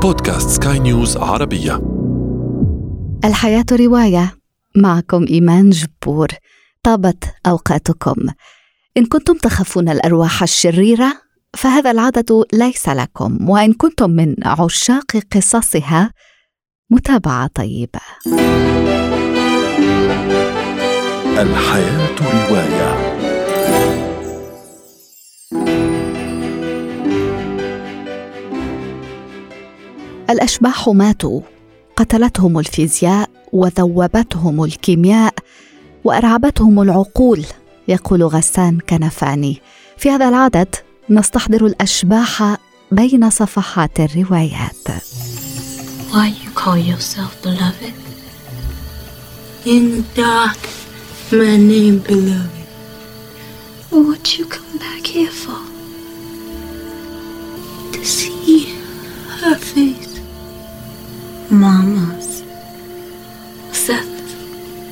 بودكاست سكاي نيوز عربية. الحياة رواية، معكم إيمان جبور. طابت أوقاتكم. إن كنتم تخافون الأرواح الشريرة فهذا العدد ليس لكم، وإن كنتم من عشاق قصصها متابعة طيبة. الحياة رواية. الأشباح ماتوا، قتلتهم الفيزياء وذوبتهم الكيمياء وأرعبتهم العقول، يقول غسان كنفاني. في هذا العدد نستحضر الأشباح بين صفحات الروايات. Why you call yourself beloved? In the dark, my name beloved. What you come back here for? To see her face. Mama's. Seth.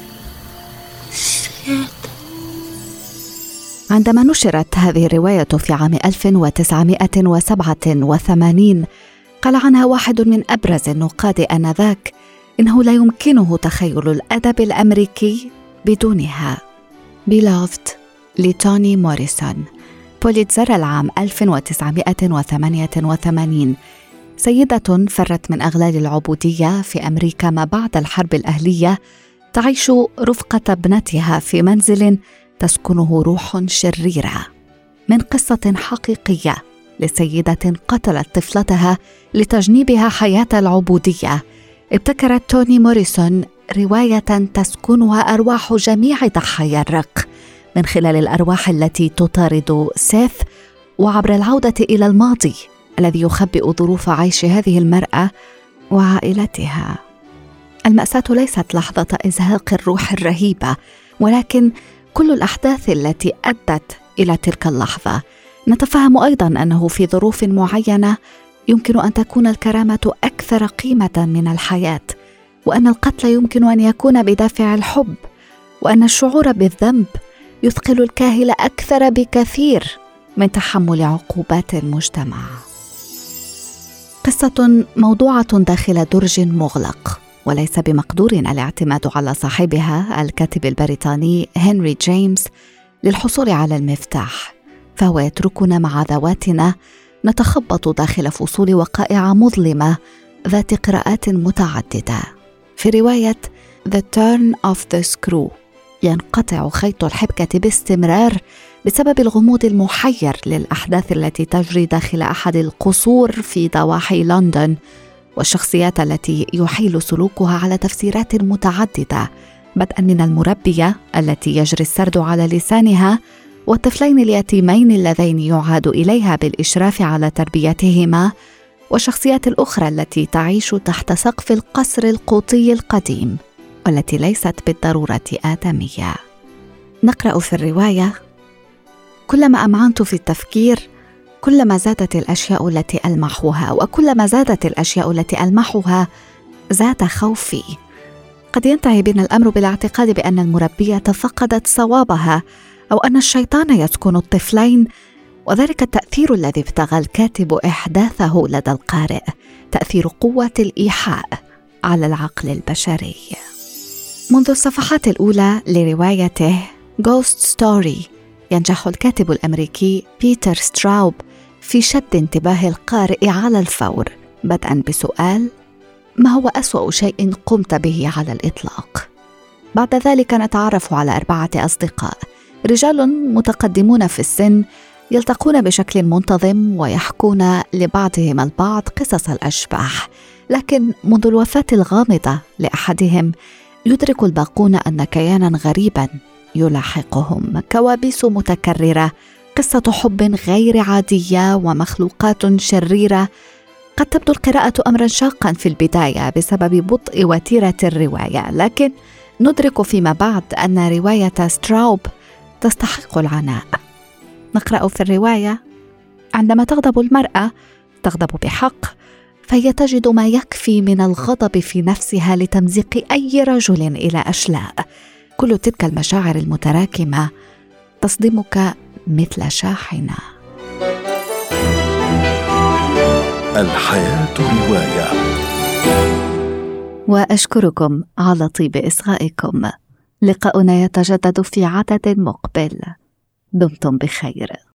عندما نشرت هذه الرواية في عام 1987 قال عنها واحد من أبرز النقاد آنذاك إنه لا يمكنه تخيل الأدب الأمريكي بدونها. Beloved لتوني موريسون، بوليتزر العام 1988. سيدة فرت من أغلال العبودية في أمريكا ما بعد الحرب الأهلية، تعيش رفقة ابنتها في منزل تسكنه روح شريرة، من قصة حقيقية لسيدة قتلت طفلتها لتجنيبها حياة العبودية. ابتكرت توني موريسون رواية تسكنها أرواح جميع ضحايا الرق، من خلال الأرواح التي تطارد سيث، وعبر العودة إلى الماضي الذي يخبئ ظروف عيش هذه المرأة وعائلتها. المأساة ليست لحظة إزهاق الروح الرهيبة، ولكن كل الأحداث التي أدت إلى تلك اللحظة. نتفهم أيضاً أنه في ظروف معينة يمكن أن تكون الكرامة أكثر قيمة من الحياة، وأن القتل يمكن أن يكون بدافع الحب، وأن الشعور بالذنب يثقل الكاهل أكثر بكثير من تحمل عقوبات المجتمع. قصة موضوعة داخل درج مغلق، وليس بمقدور الاعتماد على صاحبها الكاتب البريطاني هنري جيمس للحصول على المفتاح، فهو يتركنا مع ذواتنا نتخبط داخل فصول وقائع مظلمة ذات قراءات متعددة. في رواية The Turn of the Screw ينقطع خيط الحبكة باستمرار بسبب الغموض المحير للأحداث التي تجري داخل أحد القصور في ضواحي لندن، والشخصيات التي يحيل سلوكها على تفسيرات متعددة، بدءا من المربية التي يجري السرد على لسانها، والطفلين اليتيمين اللذين يعاد إليها بالإشراف على تربيتهما، والشخصيات الأخرى التي تعيش تحت سقف القصر القوطي القديم والتي ليست بالضرورة آدمية. نقرأ في الرواية: كلما أمعنت في التفكير كلما زادت الأشياء التي ألمحها، وكلما زادت الأشياء التي ألمحها زاد خوفي. قد ينتهي بنا الأمر بالاعتقاد بأن المربية فقدت صوابها، أو أن الشيطان يسكن الطفلين، وذلك التأثير الذي ابتغى الكاتب إحداثه لدى القارئ، تأثير قوة الإيحاء على العقل البشري. منذ الصفحات الأولى لروايته Ghost Story ينجح الكاتب الأمريكي بيتر ستراوب في شد انتباه القارئ على الفور، بدءا بسؤال: ما هو أسوأ شيء قمت به على الإطلاق؟ بعد ذلك نتعرف على 4 أصدقاء، رجال متقدمون في السن، يلتقون بشكل منتظم ويحكون لبعضهم البعض قصص الأشباح، لكن منذ الوفاة الغامضة لأحدهم يدرك الباقون أن كيانا غريبا يلاحقهم، كوابيس متكررة، قصة حب غير عادية، ومخلوقات شريرة. قد تبدو القراءة أمرا شاقا في البداية بسبب بطء وتيرة الرواية، لكن ندرك فيما بعد أن رواية ستراوب تستحق العناء. نقرأ في الرواية: عندما تغضب المرأة تغضب بحق، فهي تجد ما يكفي من الغضب في نفسها لتمزيق أي رجل إلى أشلاء. كل تلك المشاعر المتراكمة تصدمك مثل شاحنة. الحياة رواية. وأشكركم على طيب إصغائكم. لقاؤنا يتجدد في عدد مقبل. دمتم بخير.